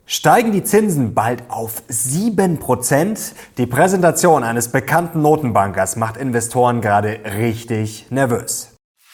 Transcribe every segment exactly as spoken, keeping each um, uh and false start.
Steigen die Zinsen bald auf sieben Prozent? Die Präsentation eines bekannten Notenbankers macht Investoren gerade richtig nervös.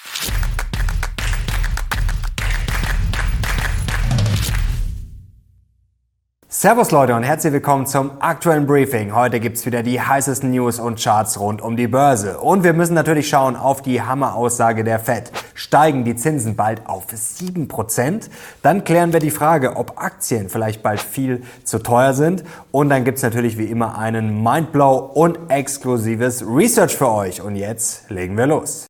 Servus Leute und herzlich willkommen zum aktuellen Briefing. Heute gibt's wieder die heißesten News und Charts rund um die Börse. Und wir müssen natürlich schauen auf die Hammeraussage der Fed. Steigen die Zinsen bald auf sieben Prozent? Dann klären wir die Frage, ob Aktien vielleicht bald viel zu teuer sind. Und dann gibt's natürlich wie immer einen Mindblow und exklusives Research für euch. Und jetzt legen wir los.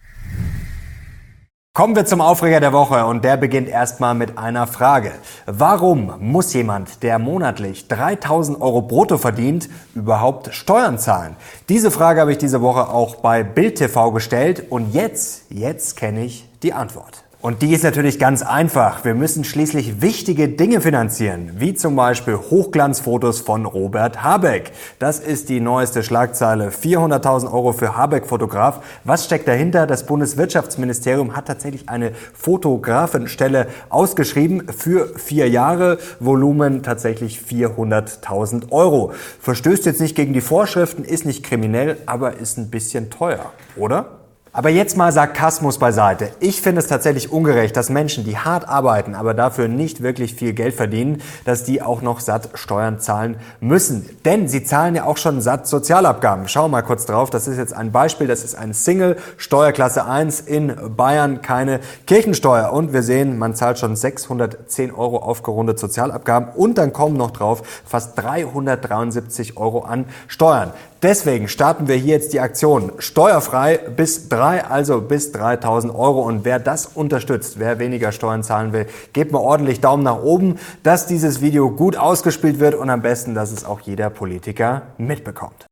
Kommen wir zum Aufreger der Woche und der beginnt erstmal mit einer Frage. Warum muss jemand, der monatlich dreitausend Euro brutto verdient, überhaupt Steuern zahlen? Diese Frage habe ich diese Woche auch bei Bild T V gestellt und jetzt, jetzt kenne ich die Antwort. Und die ist natürlich ganz einfach. Wir müssen schließlich wichtige Dinge finanzieren, wie zum Beispiel Hochglanzfotos von Robert Habeck. Das ist die neueste Schlagzeile. vierhunderttausend Euro für Habeck-Fotograf. Was steckt dahinter? Das Bundeswirtschaftsministerium hat tatsächlich eine Fotografenstelle ausgeschrieben für vier Jahre. Volumen tatsächlich vierhunderttausend Euro. Verstößt jetzt nicht gegen die Vorschriften, ist nicht kriminell, aber ist ein bisschen teuer, oder? Aber jetzt mal Sarkasmus beiseite. Ich finde es tatsächlich ungerecht, dass Menschen, die hart arbeiten, aber dafür nicht wirklich viel Geld verdienen, dass die auch noch satt Steuern zahlen müssen. Denn sie zahlen ja auch schon satt Sozialabgaben. Schauen wir mal kurz drauf. Das ist jetzt ein Beispiel. Das ist ein Single, Steuerklasse eins in Bayern, keine Kirchensteuer. Und wir sehen, man zahlt schon sechshundertzehn Euro aufgerundet Sozialabgaben. Und dann kommen noch drauf fast dreihundertdreiundsiebzig Euro an Steuern. Deswegen starten wir hier jetzt die Aktion steuerfrei bis drei, also bis dreitausend Euro. Und wer das unterstützt, wer weniger Steuern zahlen will, gebt mir ordentlich Daumen nach oben, dass dieses Video gut ausgespielt wird und am besten, dass es auch jeder Politiker mitbekommt.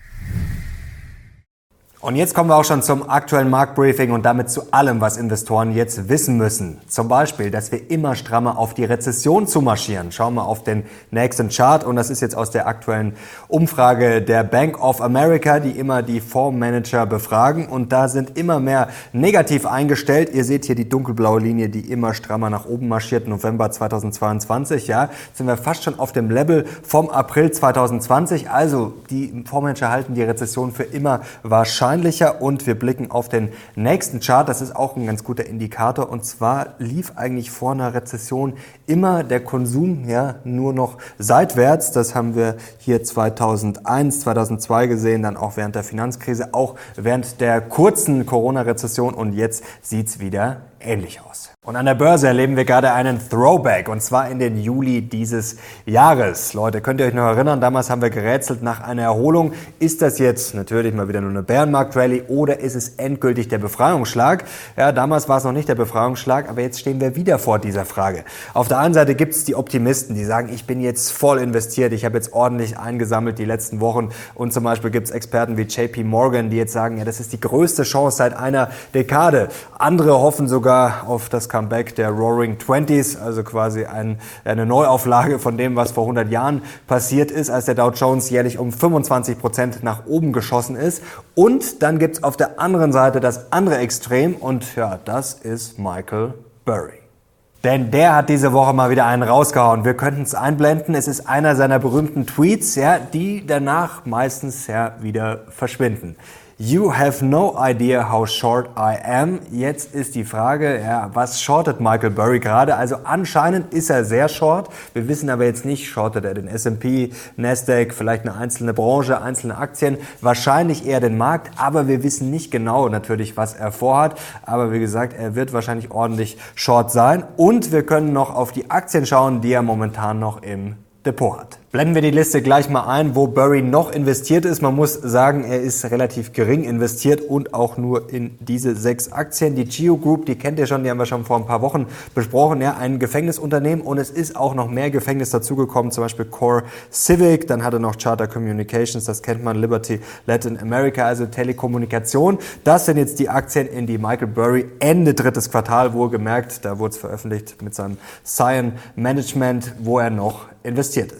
Und jetzt kommen wir auch schon zum aktuellen Marktbriefing und damit zu allem, was Investoren jetzt wissen müssen. Zum Beispiel, dass wir immer strammer auf die Rezession zumarschieren. Schauen wir auf den nächsten Chart und das ist jetzt aus der aktuellen Umfrage der Bank of America, die immer die Fondsmanager befragen und da sind immer mehr negativ eingestellt. Ihr seht hier die dunkelblaue Linie, die immer strammer nach oben marschiert. November zweitausendzweiundzwanzig, ja, sind wir fast schon auf dem Level vom April zweitausendzwanzig. Also die Fondsmanager halten die Rezession für immer wahrscheinlich. Und wir blicken auf den nächsten Chart. Das ist auch ein ganz guter Indikator. Und zwar lief eigentlich vor einer Rezession immer der Konsum ja nur noch seitwärts. Das haben wir hier zweitausendeins, zweitausendzwei gesehen, dann auch während der Finanzkrise, auch während der kurzen Corona-Rezession. Und jetzt sieht's wieder ähnlich aus. Und an der Börse erleben wir gerade einen Throwback und zwar in den Juli dieses Jahres. Leute, könnt ihr euch noch erinnern, damals haben wir gerätselt nach einer Erholung. Ist das jetzt natürlich mal wieder nur eine Bärenmarkt-Rallye oder ist es endgültig der Befreiungsschlag? Ja, damals war es noch nicht der Befreiungsschlag, aber jetzt stehen wir wieder vor dieser Frage. Auf der einen Seite gibt es die Optimisten, die sagen, ich bin jetzt voll investiert, ich habe jetzt ordentlich eingesammelt die letzten Wochen und zum Beispiel gibt es Experten wie J P Morgan, die jetzt sagen, ja, das ist die größte Chance seit einer Dekade. Andere hoffen sogar auf das Comeback der Roaring Twenties, also quasi ein, eine Neuauflage von dem, was vor hundert Jahren passiert ist, als der Dow Jones jährlich um fünfundzwanzig Prozent nach oben geschossen ist. Und dann gibt's auf der anderen Seite das andere Extrem und ja, das ist Michael Burry. Denn der hat diese Woche mal wieder einen rausgehauen. Wir könnten es einblenden. Es ist einer seiner berühmten Tweets, ja, die danach meistens ja wieder verschwinden. You have no idea how short I am. Jetzt ist die Frage, ja, was shortet Michael Burry gerade? Also anscheinend ist er sehr short. Wir wissen aber jetzt nicht, shortet er den S and P, Nasdaq, vielleicht eine einzelne Branche, einzelne Aktien, wahrscheinlich eher den Markt, aber wir wissen nicht genau natürlich, was er vorhat. Aber wie gesagt, er wird wahrscheinlich ordentlich short sein. Und wir können noch auf die Aktien schauen, die er momentan noch im Depot hat. Blenden wir die Liste gleich mal ein, wo Burry noch investiert ist. Man muss sagen, er ist relativ gering investiert und auch nur in diese sechs Aktien. Die Geo Group, die kennt ihr schon, die haben wir schon vor ein paar Wochen besprochen. Ja, ein Gefängnisunternehmen und es ist auch noch mehr Gefängnis dazugekommen, zum Beispiel Core Civic, dann hat er noch Charter Communications, das kennt man, Liberty Latin America, also Telekommunikation. Das sind jetzt die Aktien, in die Michael Burry Ende drittes Quartal wohlgemerkt, da wurde es veröffentlicht mit seinem Cyan Management, wo er noch investiert ist.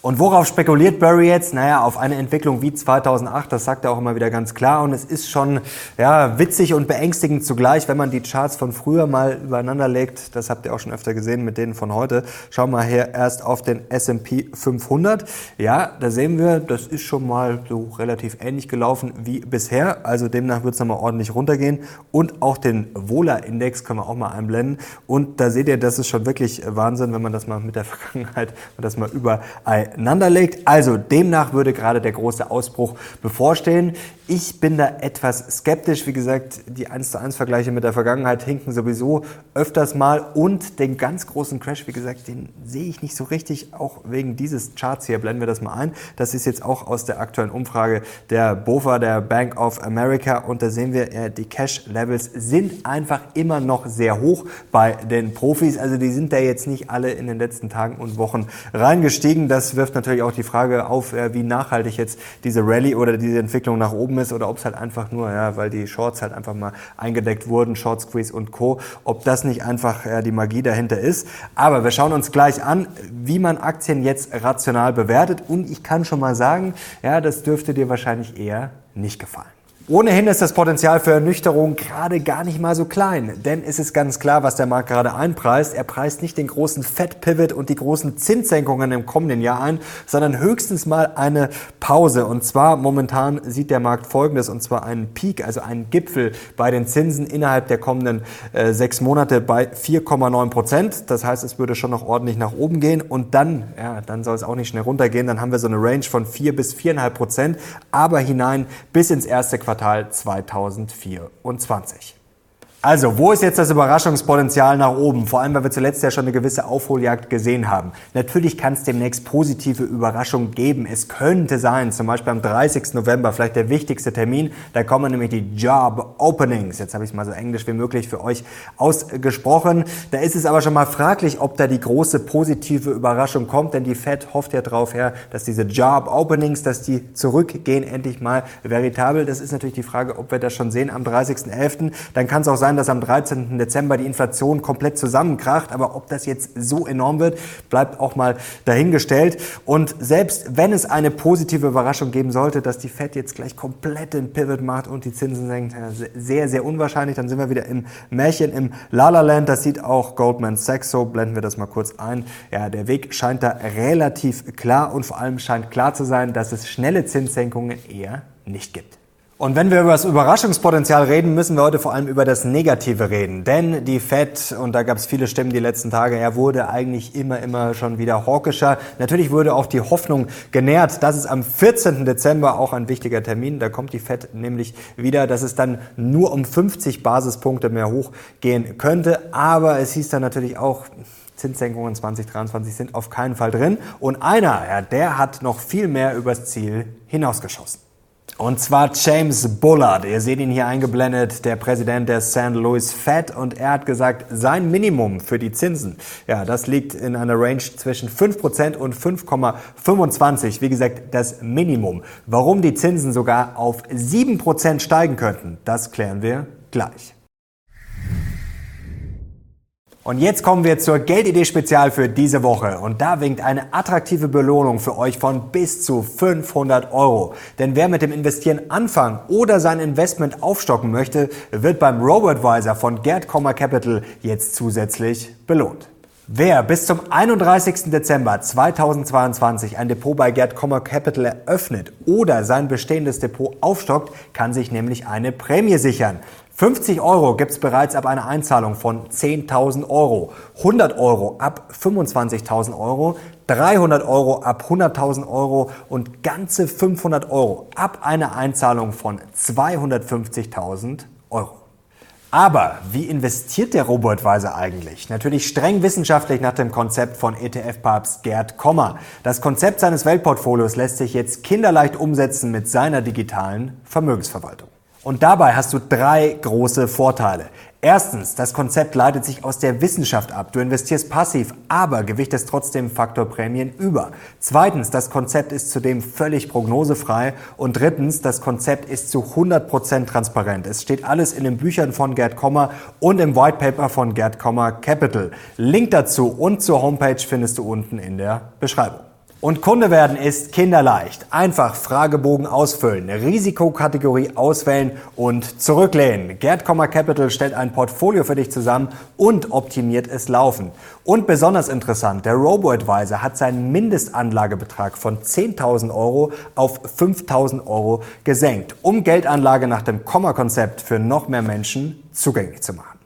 Und worauf spekuliert Burry jetzt? Naja, auf eine Entwicklung wie zweitausendacht, das sagt er auch immer wieder ganz klar. Und es ist schon ja, witzig und beängstigend zugleich, wenn man die Charts von früher mal übereinander legt. Das habt ihr auch schon öfter gesehen mit denen von heute. Schauen wir hier erst auf den S and P fünfhundert. Ja, da sehen wir, das ist schon mal so relativ ähnlich gelaufen wie bisher. Also demnach wird es nochmal ordentlich runtergehen. Und auch den Vola-Index können wir auch mal einblenden. Und da seht ihr, das ist schon wirklich Wahnsinn, wenn man das mal mit der Vergangenheit, wenn das mal übereinander legt. Also demnach würde gerade der große Ausbruch bevorstehen. Ich bin da etwas skeptisch. Wie gesagt, die eins zu eins Vergleiche mit der Vergangenheit hinken sowieso öfters mal. Und den ganz großen Crash, wie gesagt, den sehe ich nicht so richtig. Auch wegen dieses Charts hier, blenden wir das mal ein. Das ist jetzt auch aus der aktuellen Umfrage der B O F A, der Bank of America. Und da sehen wir, die Cash-Levels sind einfach immer noch sehr hoch bei den Profis. Also die sind da jetzt nicht alle in den letzten Tagen und Wochen reingestiegen. Das wirft natürlich auch die Frage auf, wie nachhaltig jetzt diese Rallye oder diese Entwicklung nach oben ist oder ob es halt einfach nur, ja, weil die Shorts halt einfach mal eingedeckt wurden, Short Squeeze und Co., ob das nicht einfach ja, die Magie dahinter ist. Aber wir schauen uns gleich an, wie man Aktien jetzt rational bewertet und ich kann schon mal sagen, ja, das dürfte dir wahrscheinlich eher nicht gefallen. Ohnehin ist das Potenzial für Ernüchterung gerade gar nicht mal so klein, denn es ist ganz klar, was der Markt gerade einpreist. Er preist nicht den großen Fed-Pivot und die großen Zinssenkungen im kommenden Jahr ein, sondern höchstens mal eine Pause. Und zwar momentan sieht der Markt Folgendes, und zwar einen Peak, also einen Gipfel bei den Zinsen innerhalb der kommenden äh, sechs Monate bei vier Komma neun Prozent. Das heißt, es würde schon noch ordentlich nach oben gehen und dann, ja, dann soll es auch nicht schnell runtergehen. Dann haben wir so eine Range von vier bis vier Komma fünf Prozent, aber hinein bis ins erste Quartal zweitausendvierundzwanzig. Also, wo ist jetzt das Überraschungspotenzial nach oben? Vor allem, weil wir zuletzt ja schon eine gewisse Aufholjagd gesehen haben. Natürlich kann es demnächst positive Überraschungen geben. Es könnte sein, zum Beispiel am dreißigsten November, vielleicht der wichtigste Termin, da kommen nämlich die Job Openings. Jetzt habe ich es mal so englisch wie möglich für euch ausgesprochen. Da ist es aber schon mal fraglich, ob da die große positive Überraschung kommt, denn die Fed hofft ja drauf her, dass diese Job Openings, dass die zurückgehen, endlich mal veritabel. Das ist natürlich die Frage, ob wir das schon sehen am dreißigsten elften Dann kann es auch sein, dass am dreizehnten Dezember die Inflation komplett zusammenkracht. Aber ob das jetzt so enorm wird, bleibt auch mal dahingestellt. Und selbst wenn es eine positive Überraschung geben sollte, dass die Fed jetzt gleich komplett den Pivot macht und die Zinsen senkt, sehr, sehr unwahrscheinlich. Dann sind wir wieder im Märchen, im La-La-Land. Das sieht auch Goldman Sachs so. Blenden wir das mal kurz ein. Ja, der Weg scheint da relativ klar und vor allem scheint klar zu sein, dass es schnelle Zinssenkungen eher nicht gibt. Und wenn wir über das Überraschungspotenzial reden, müssen wir heute vor allem über das Negative reden. Denn die Fed, und da gab es viele Stimmen die letzten Tage, er wurde eigentlich immer, immer schon wieder hawkischer. Natürlich wurde auch die Hoffnung genährt, dass es am vierzehnten Dezember auch ein wichtiger Termin, da kommt die Fed nämlich wieder, dass es dann nur um fünfzig Basispunkte mehr hochgehen könnte. Aber es hieß dann natürlich auch, Zinssenkungen zwanzig dreiundzwanzig sind auf keinen Fall drin. Und einer, ja, der hat noch viel mehr übers Ziel hinausgeschossen. Und zwar James Bullard. Ihr seht ihn hier eingeblendet, der Präsident der Saint Louis Fed. Und er hat gesagt, sein Minimum für die Zinsen, ja, das liegt in einer Range zwischen fünf Prozent und fünf Komma fünfundzwanzig. Wie gesagt, das Minimum. Warum die Zinsen sogar auf sieben Prozent steigen könnten, das klären wir gleich. Und jetzt kommen wir zur Geldidee-Spezial für diese Woche. Und da winkt eine attraktive Belohnung für euch von bis zu fünfhundert Euro. Denn wer mit dem Investieren anfangen oder sein Investment aufstocken möchte, wird beim Robo-Advisor von Gerd Kommer Capital jetzt zusätzlich belohnt. Wer bis zum einunddreißigsten Dezember zweitausendzweiundzwanzig ein Depot bei Gerd Kommer Capital eröffnet oder sein bestehendes Depot aufstockt, kann sich nämlich eine Prämie sichern. fünfzig Euro gibt's bereits ab einer Einzahlung von zehntausend Euro, hundert Euro ab fünfundzwanzigtausend Euro, dreihundert Euro ab hunderttausend Euro und ganze fünfhundert Euro ab einer Einzahlung von zweihundertfünfzigtausend Euro. Aber wie investiert der Robo-Advisor eigentlich? Natürlich streng wissenschaftlich nach dem Konzept von E T F-Papst Gerd Kommer. Das Konzept seines Weltportfolios lässt sich jetzt kinderleicht umsetzen mit seiner digitalen Vermögensverwaltung. Und dabei hast du drei große Vorteile. Erstens, das Konzept leitet sich aus der Wissenschaft ab. Du investierst passiv, aber gewichtest trotzdem Faktorprämien über. Zweitens, das Konzept ist zudem völlig prognosefrei. Und drittens, das Konzept ist zu hundert Prozent transparent. Es steht alles in den Büchern von Gerd Kommer und im Whitepaper von Gerd Kommer Capital. Link dazu und zur Homepage findest du unten in der Beschreibung. Und Kunde werden ist kinderleicht. Einfach Fragebogen ausfüllen, Risikokategorie auswählen und zurücklehnen. Gerd Capital stellt ein Portfolio für dich zusammen und optimiert es laufen. Und besonders interessant, der Robo-Advisor hat seinen Mindestanlagebetrag von zehntausend Euro auf fünftausend Euro gesenkt, um Geldanlage nach dem Komma-Konzept für noch mehr Menschen zugänglich zu machen.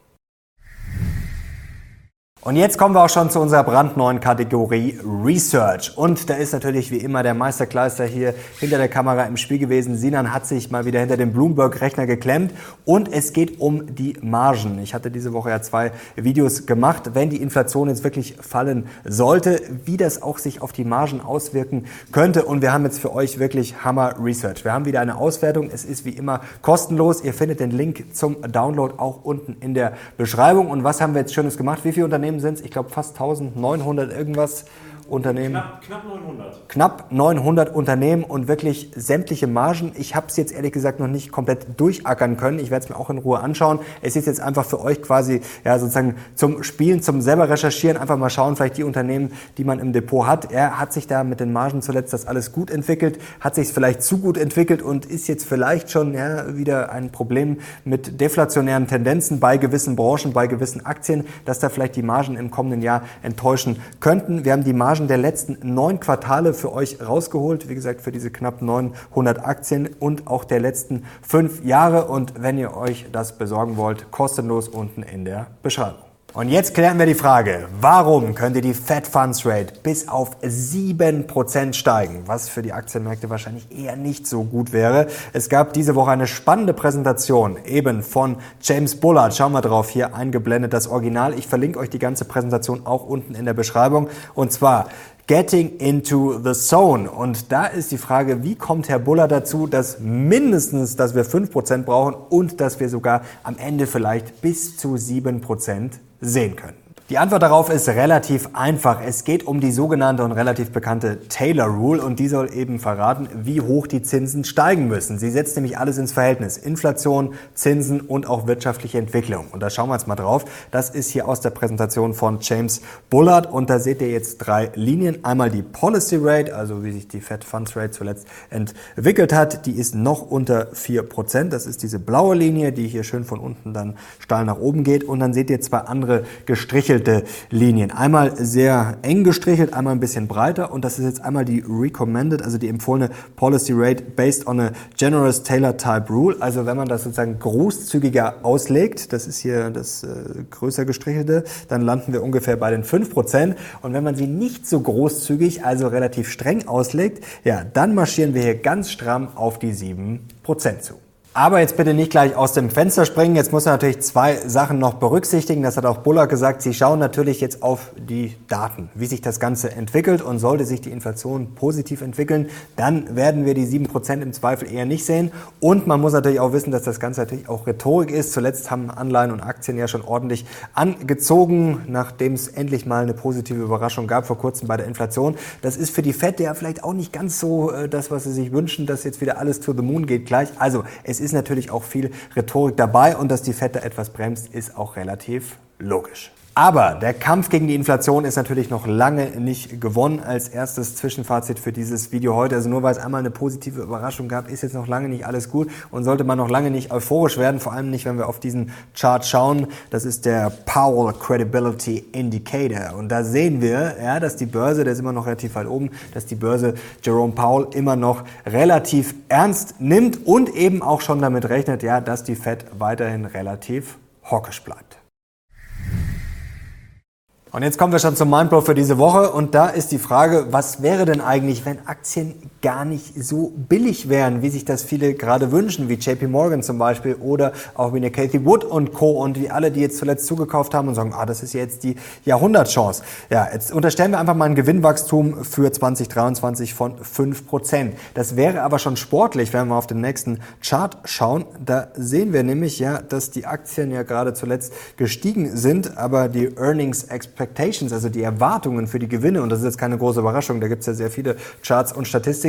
Und jetzt kommen wir auch schon zu unserer brandneuen Kategorie Research. Und da ist natürlich wie immer der Meisterkleister hier hinter der Kamera im Spiel gewesen. Sinan hat sich mal wieder hinter dem Bloomberg-Rechner geklemmt und es geht um die Margen. Ich hatte diese Woche ja zwei Videos gemacht, wenn die Inflation jetzt wirklich fallen sollte, wie das auch sich auf die Margen auswirken könnte. Und wir haben jetzt für euch wirklich Hammer Research. Wir haben wieder eine Auswertung. Es ist wie immer kostenlos. Ihr findet den Link zum Download auch unten in der Beschreibung. Und was haben wir jetzt Schönes gemacht? Wie viele Unternehmen sind es? Ich glaube fast neunzehnhundert irgendwas Unternehmen. Knapp, knapp neunhundert. Knapp neunhundert Unternehmen und wirklich sämtliche Margen. Ich habe es jetzt ehrlich gesagt noch nicht komplett durchackern können. Ich werde es mir auch in Ruhe anschauen. Es ist jetzt einfach für euch quasi ja sozusagen zum Spielen, zum selber recherchieren. Einfach mal schauen, vielleicht die Unternehmen, die man im Depot hat. Er hat sich da mit den Margen zuletzt das alles gut entwickelt, hat sich vielleicht zu gut entwickelt und ist jetzt vielleicht schon ja, wieder ein Problem mit deflationären Tendenzen bei gewissen Branchen, bei gewissen Aktien, dass da vielleicht die Margen im kommenden Jahr enttäuschen könnten. Wir haben die Margen der letzten neun Quartale für euch rausgeholt. Wie gesagt, für diese knapp neunhundert Aktien und auch der letzten fünf Jahre. Und wenn ihr euch das besorgen wollt, kostenlos unten in der Beschreibung. Und jetzt klären wir die Frage, warum könnte die Fed Funds Rate bis auf sieben Prozent steigen, was für die Aktienmärkte wahrscheinlich eher nicht so gut wäre. Es gab diese Woche eine spannende Präsentation eben von James Bullard. Schauen wir drauf, hier eingeblendet das Original. Ich verlinke euch die ganze Präsentation auch unten in der Beschreibung. Und zwar Getting into the Zone. Und da ist die Frage, wie kommt Herr Bullard dazu, dass mindestens, dass wir fünf Prozent brauchen und dass wir sogar am Ende vielleicht bis zu sieben Prozent sehen können. Die Antwort darauf ist relativ einfach. Es geht um die sogenannte und relativ bekannte Taylor Rule und die soll eben verraten, wie hoch die Zinsen steigen müssen. Sie setzt nämlich alles ins Verhältnis. Inflation, Zinsen und auch wirtschaftliche Entwicklung. Und da schauen wir jetzt mal drauf. Das ist hier aus der Präsentation von James Bullard und da seht ihr jetzt drei Linien. Einmal die Policy Rate, also wie sich die Fed Funds Rate zuletzt entwickelt hat. Die ist noch unter vier Prozent. Das ist diese blaue Linie, die hier schön von unten dann steil nach oben geht. Und dann seht ihr zwei andere gestrichelte Linien. Einmal sehr eng gestrichelt, einmal ein bisschen breiter und das ist jetzt einmal die recommended, also die empfohlene Policy Rate based on a generous Taylor Type Rule. Also wenn man das sozusagen großzügiger auslegt, das ist hier das äh, größer gestrichelte, dann landen wir ungefähr bei den fünf Prozent und wenn man sie nicht so großzügig, also relativ streng auslegt, ja, dann marschieren wir hier ganz stramm auf die sieben Prozent zu. Aber jetzt bitte nicht gleich aus dem Fenster springen. Jetzt muss man natürlich zwei Sachen noch berücksichtigen. Das hat auch Bullard gesagt. Sie schauen natürlich jetzt auf die Daten, wie sich das Ganze entwickelt. Und sollte sich die Inflation positiv entwickeln, dann werden wir die sieben Prozent im Zweifel eher nicht sehen. Und man muss natürlich auch wissen, dass das Ganze natürlich auch Rhetorik ist. Zuletzt haben Anleihen und Aktien ja schon ordentlich angezogen, nachdem es endlich mal eine positive Überraschung gab vor kurzem bei der Inflation. Das ist für die Fed ja vielleicht auch nicht ganz so äh, das, was sie sich wünschen, dass jetzt wieder alles to the moon geht gleich. Also es ist natürlich auch viel Rhetorik dabei und dass die Fed da etwas bremst, ist auch relativ logisch. Aber der Kampf gegen die Inflation ist natürlich noch lange nicht gewonnen. Als erstes Zwischenfazit für dieses Video heute. Also nur weil es einmal eine positive Überraschung gab, ist jetzt noch lange nicht alles gut und sollte man noch lange nicht euphorisch werden. Vor allem nicht, wenn wir auf diesen Chart schauen. Das ist der Powell Credibility Indicator. Und da sehen wir, ja, dass die Börse, der ist immer noch relativ weit oben, dass die Börse Jerome Powell immer noch relativ ernst nimmt und eben auch schon damit rechnet, ja, dass die Fed weiterhin relativ hawkisch bleibt. Und jetzt kommen wir schon zum Mindblow für diese Woche und da ist die Frage, was wäre denn eigentlich, wenn Aktien gar nicht so billig wären, wie sich das viele gerade wünschen, wie J P Morgan zum Beispiel oder auch wie eine Cathie Wood und Co. und wie alle, die jetzt zuletzt zugekauft haben und sagen, ah, das ist jetzt die Jahrhundertchance. Ja, jetzt unterstellen wir einfach mal ein Gewinnwachstum für zwanzig dreiundzwanzig von fünf Prozent. Das wäre aber schon sportlich, wenn wir auf den nächsten Chart schauen. Da sehen wir nämlich ja, dass die Aktien ja gerade zuletzt gestiegen sind, aber die Earnings Expectations, also die Erwartungen für die Gewinne, und das ist jetzt keine große Überraschung, da gibt es ja sehr viele Charts und Statistiken,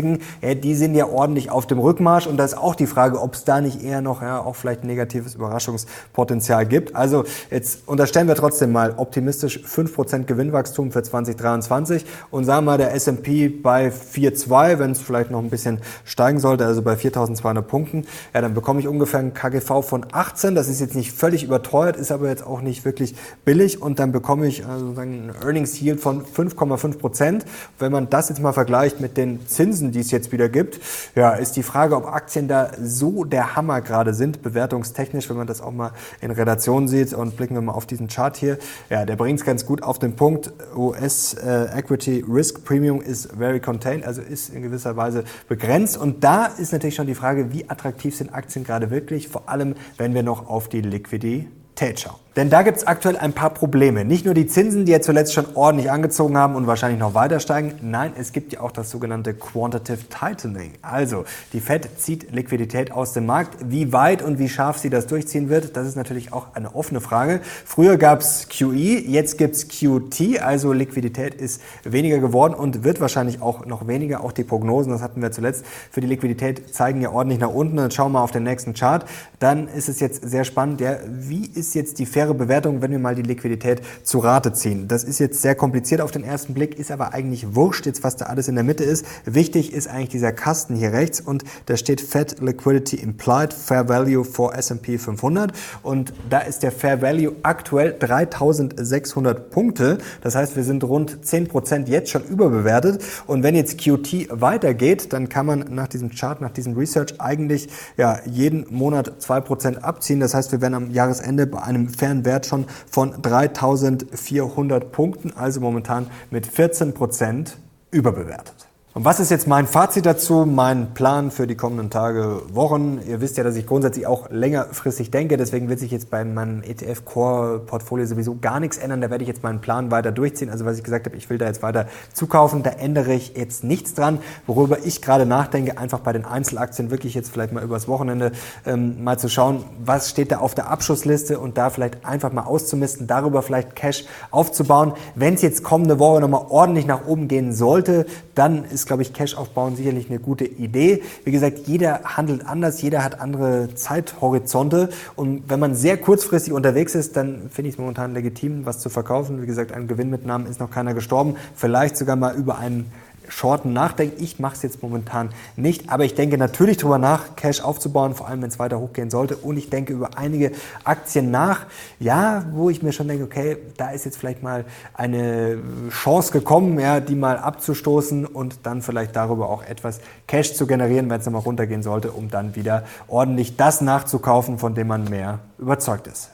einzigen, ja, die sind ja ordentlich auf dem Rückmarsch und da ist auch die Frage, ob es da nicht eher noch ja, auch vielleicht negatives Überraschungspotenzial gibt. Also jetzt unterstellen wir trotzdem mal optimistisch fünf Prozent Gewinnwachstum für zwanzig dreiundzwanzig und sagen wir mal der S und P bei vier Komma zwei, wenn es vielleicht noch ein bisschen steigen sollte, also bei viertausendzweihundert Punkten, ja, dann bekomme ich ungefähr ein K G V von achtzehn. Das ist jetzt nicht völlig überteuert, ist aber jetzt auch nicht wirklich billig und dann bekomme ich also einen Earnings Yield von fünf Komma fünf Prozent. Wenn man das jetzt mal vergleicht mit den Zinsen, die es jetzt wieder gibt, ja, ist die Frage, ob Aktien da so der Hammer gerade sind, bewertungstechnisch, wenn man das auch mal in Relation sieht und blicken wir mal auf diesen Chart hier. Ja, der bringt es ganz gut auf den Punkt. U S äh, Equity Risk Premium is very contained, also ist in gewisser Weise begrenzt. Und da ist natürlich schon die Frage, wie attraktiv sind Aktien gerade wirklich, vor allem wenn wir noch auf die Liquidität schauen. Denn da gibt es aktuell ein paar Probleme. Nicht nur die Zinsen, die ja zuletzt schon ordentlich angezogen haben und wahrscheinlich noch weiter steigen. Nein, es gibt ja auch das sogenannte Quantitative Tightening. Also die Fed zieht Liquidität aus dem Markt. Wie weit und wie scharf sie das durchziehen wird, das ist natürlich auch eine offene Frage. Früher gab es Q E, jetzt gibt es Q T. Also Liquidität ist weniger geworden und wird wahrscheinlich auch noch weniger. Auch die Prognosen, das hatten wir zuletzt, für die Liquidität zeigen ja ordentlich nach unten. Dann schauen wir mal auf den nächsten Chart. Dann ist es jetzt sehr spannend, ja, wie ist jetzt die Fed Bewertung, wenn wir mal die Liquidität zu Rate ziehen. Das ist jetzt sehr kompliziert auf den ersten Blick, ist aber eigentlich wurscht, jetzt was da alles in der Mitte ist. Wichtig ist eigentlich dieser Kasten hier rechts und da steht Fed Liquidity Implied Fair Value for S und P fünfhundert und da ist der Fair Value aktuell dreitausendsechshundert Punkte. Das heißt, wir sind rund zehn Prozent jetzt schon überbewertet und wenn jetzt Q T weitergeht, dann kann man nach diesem Chart, nach diesem Research eigentlich ja, jeden Monat zwei Prozent abziehen. Das heißt, wir werden am Jahresende bei einem fairen Wert schon von dreitausendvierhundert Punkten, also momentan mit vierzehn Prozent überbewertet. Und was ist jetzt mein Fazit dazu, mein Plan für die kommenden Tage, Wochen? Ihr wisst ja, dass ich grundsätzlich auch längerfristig denke, deswegen wird sich jetzt bei meinem E T F-Core-Portfolio sowieso gar nichts ändern. Da werde ich jetzt meinen Plan weiter durchziehen. Also was ich gesagt habe, ich will da jetzt weiter zukaufen, da ändere ich jetzt nichts dran. Worüber ich gerade nachdenke, einfach bei den Einzelaktien wirklich jetzt vielleicht mal übers Wochenende ähm, mal zu schauen, was steht da auf der Abschussliste und da vielleicht einfach mal auszumisten, darüber vielleicht Cash aufzubauen. Wenn es jetzt kommende Woche nochmal ordentlich nach oben gehen sollte, dann ist glaube ich, Cash aufbauen sicherlich eine gute Idee. Wie gesagt, jeder handelt anders, jeder hat andere Zeithorizonte und wenn man sehr kurzfristig unterwegs ist, dann finde ich es momentan legitim, was zu verkaufen. Wie gesagt, an Gewinnmitnahmen ist noch keiner gestorben, vielleicht sogar mal über einen Shorten nachdenken. Ich mache es jetzt momentan nicht, aber ich denke natürlich darüber nach, Cash aufzubauen, vor allem wenn es weiter hochgehen sollte und ich denke über einige Aktien nach, ja, wo ich mir schon denke, okay, da ist jetzt vielleicht mal eine Chance gekommen, ja, die mal abzustoßen und dann vielleicht darüber auch etwas Cash zu generieren, wenn es nochmal runtergehen sollte, um dann wieder ordentlich das nachzukaufen, von dem man mehr überzeugt ist.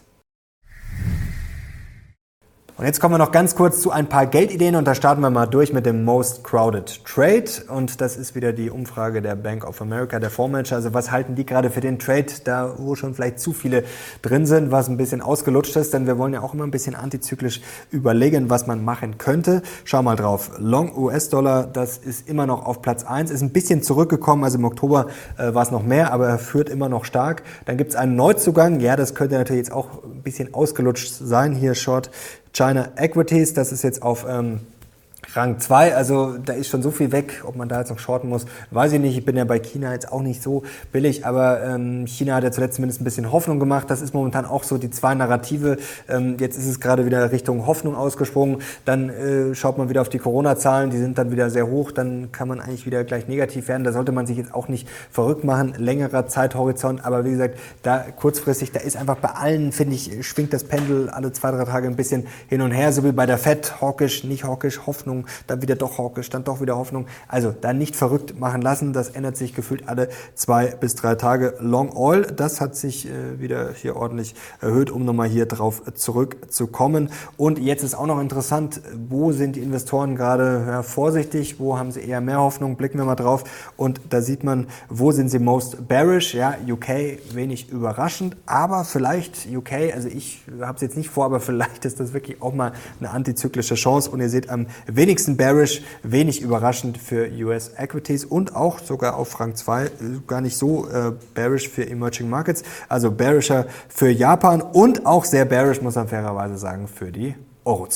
Und jetzt kommen wir noch ganz kurz zu ein paar Geldideen und da starten wir mal durch mit dem Most Crowded Trade und das ist wieder die Umfrage der Bank of America, der Fondsmanager. Also was halten die gerade für den Trade, da wo schon vielleicht zu viele drin sind, was ein bisschen ausgelutscht ist, denn wir wollen ja auch immer ein bisschen antizyklisch überlegen, was man machen könnte. Schau mal drauf, Long U S-Dollar, das ist immer noch auf Platz eins, ist ein bisschen zurückgekommen, also im Oktober äh, war es noch mehr, aber er führt immer noch stark. Dann gibt es einen Neuzugang, ja, das könnte natürlich jetzt auch ein bisschen ausgelutscht sein, hier Short China Equities, das ist jetzt auf ähm, Rang zwei, also da ist schon so viel weg, ob man da jetzt noch shorten muss, weiß ich nicht. Ich bin ja bei China jetzt auch nicht so billig, aber ähm, China hat ja zuletzt zumindest ein bisschen Hoffnung gemacht. Das ist momentan auch so die zwei Narrative. Ähm, jetzt ist es gerade wieder Richtung Hoffnung ausgesprungen. Dann äh, schaut man wieder auf die Corona-Zahlen, die sind dann wieder sehr hoch. Dann kann man eigentlich wieder gleich negativ werden. Da sollte man sich jetzt auch nicht verrückt machen. Längerer Zeithorizont, aber wie gesagt, da kurzfristig, da ist einfach bei allen, finde ich, schwingt das Pendel alle zwei, drei Tage ein bisschen hin und her, so wie bei der Fed, hawkisch, nicht hawkisch, Hoffnung, dann wieder doch hawkisch, dann doch wieder Hoffnung. Also da nicht verrückt machen lassen, das ändert sich gefühlt alle zwei bis drei Tage. Long Oil, das hat sich äh, wieder hier ordentlich erhöht, um nochmal hier drauf zurückzukommen. Und jetzt ist auch noch interessant, wo sind die Investoren gerade ja, vorsichtig, wo haben sie eher mehr Hoffnung, blicken wir mal drauf. Und da sieht man, wo sind sie most bearish, ja, U K wenig überraschend, aber vielleicht U K, also ich habe es jetzt nicht vor, aber vielleicht ist das wirklich auch mal eine antizyklische Chance und ihr seht am wenigsten bearish, wenig überraschend für U S Equities und auch sogar auf Rang zwei gar nicht so äh, bearish für Emerging Markets, also bearischer für Japan und auch sehr bearish, muss man fairerweise sagen, für die Eurozone.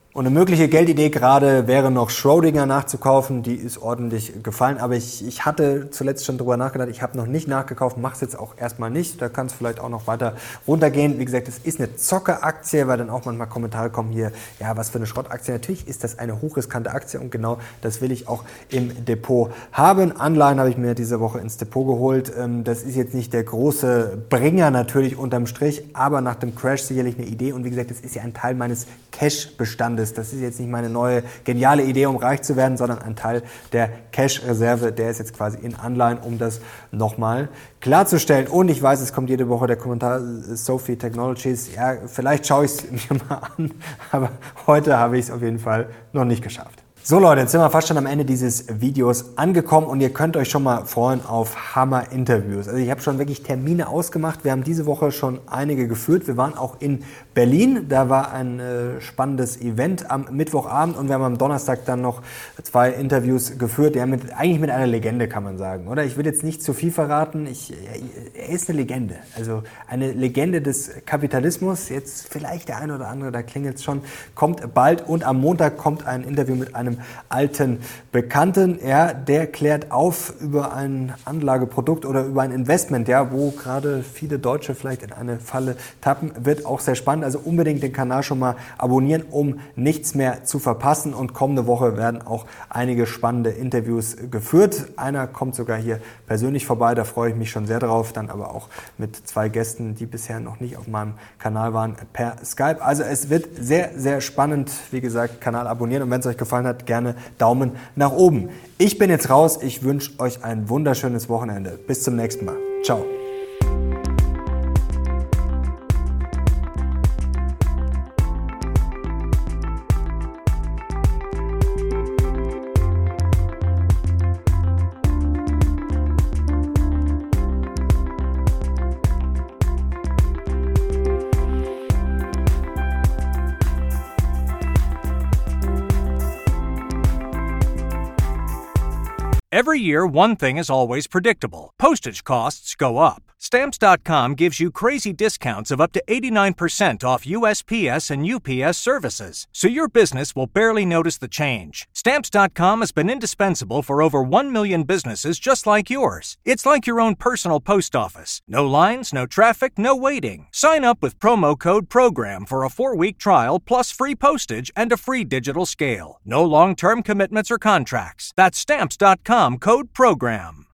Und eine mögliche Geldidee gerade wäre noch Schrödinger nachzukaufen, die ist ordentlich gefallen, aber ich, ich hatte zuletzt schon drüber nachgedacht, ich habe noch nicht nachgekauft, mache es jetzt auch erstmal nicht, da kann es vielleicht auch noch weiter runtergehen. Wie gesagt, es ist eine Zockeraktie, weil dann auch manchmal Kommentare kommen hier, ja, was für eine Schrottaktie. Natürlich ist das eine hochriskante Aktie und genau das will ich auch im Depot haben. Anleihen habe ich mir diese Woche ins Depot geholt, das ist jetzt nicht der große Bringer natürlich unterm Strich, aber nach dem Crash sicherlich eine Idee und wie gesagt, das ist ja ein Teil meines Cash-Bestandes. Das ist jetzt nicht meine neue geniale Idee, um reich zu werden, sondern ein Teil der Cash-Reserve, der ist jetzt quasi in Anleihen, um das nochmal klarzustellen. Und ich weiß, es kommt jede Woche der Kommentar, Sophie Technologies, ja, vielleicht schaue ich es mir mal an, aber heute habe ich es auf jeden Fall noch nicht geschafft. So Leute, jetzt sind wir fast schon am Ende dieses Videos angekommen und ihr könnt euch schon mal freuen auf Hammer-Interviews. Also ich habe schon wirklich Termine ausgemacht. Wir haben diese Woche schon einige geführt. Wir waren auch in Berlin. Da war ein äh, spannendes Event am Mittwochabend und wir haben am Donnerstag dann noch zwei Interviews geführt. Ja, mit, eigentlich mit einer Legende, kann man sagen, oder? Ich will jetzt nicht zu viel verraten. Ich, er ist eine Legende. Also eine Legende des Kapitalismus. Jetzt vielleicht der eine oder andere, da klingelt es schon. Kommt bald und am Montag kommt ein Interview mit einem alten Bekannten, ja, der klärt auf über ein Anlageprodukt oder über ein Investment, ja, wo gerade viele Deutsche vielleicht in eine Falle tappen, wird auch sehr spannend. Also unbedingt den Kanal schon mal abonnieren, um nichts mehr zu verpassen. Und kommende Woche werden auch einige spannende Interviews geführt. Einer kommt sogar hier persönlich vorbei, da freue ich mich schon sehr drauf. Dann aber auch mit zwei Gästen, die bisher noch nicht auf meinem Kanal waren, per Skype. Also es wird sehr, sehr spannend. Wie gesagt, Kanal abonnieren und wenn es euch gefallen hat, gerne Daumen nach oben. Ich bin jetzt raus. Ich wünsche euch ein wunderschönes Wochenende. Bis zum nächsten Mal. Ciao. Every year, one thing is always predictable. Postage costs go up. Stamps dot com gives you crazy discounts of up to eighty-nine percent off U S P S and U P S services, so your business will barely notice the change. Stamps dot com has been indispensable for over one million businesses just like yours. It's like your own personal post office. No lines, no traffic, no waiting. Sign up with promo code PROGRAM for a four-week trial plus free postage and a free digital scale. No long-term commitments or contracts. That's Stamps dot com, code PROGRAM.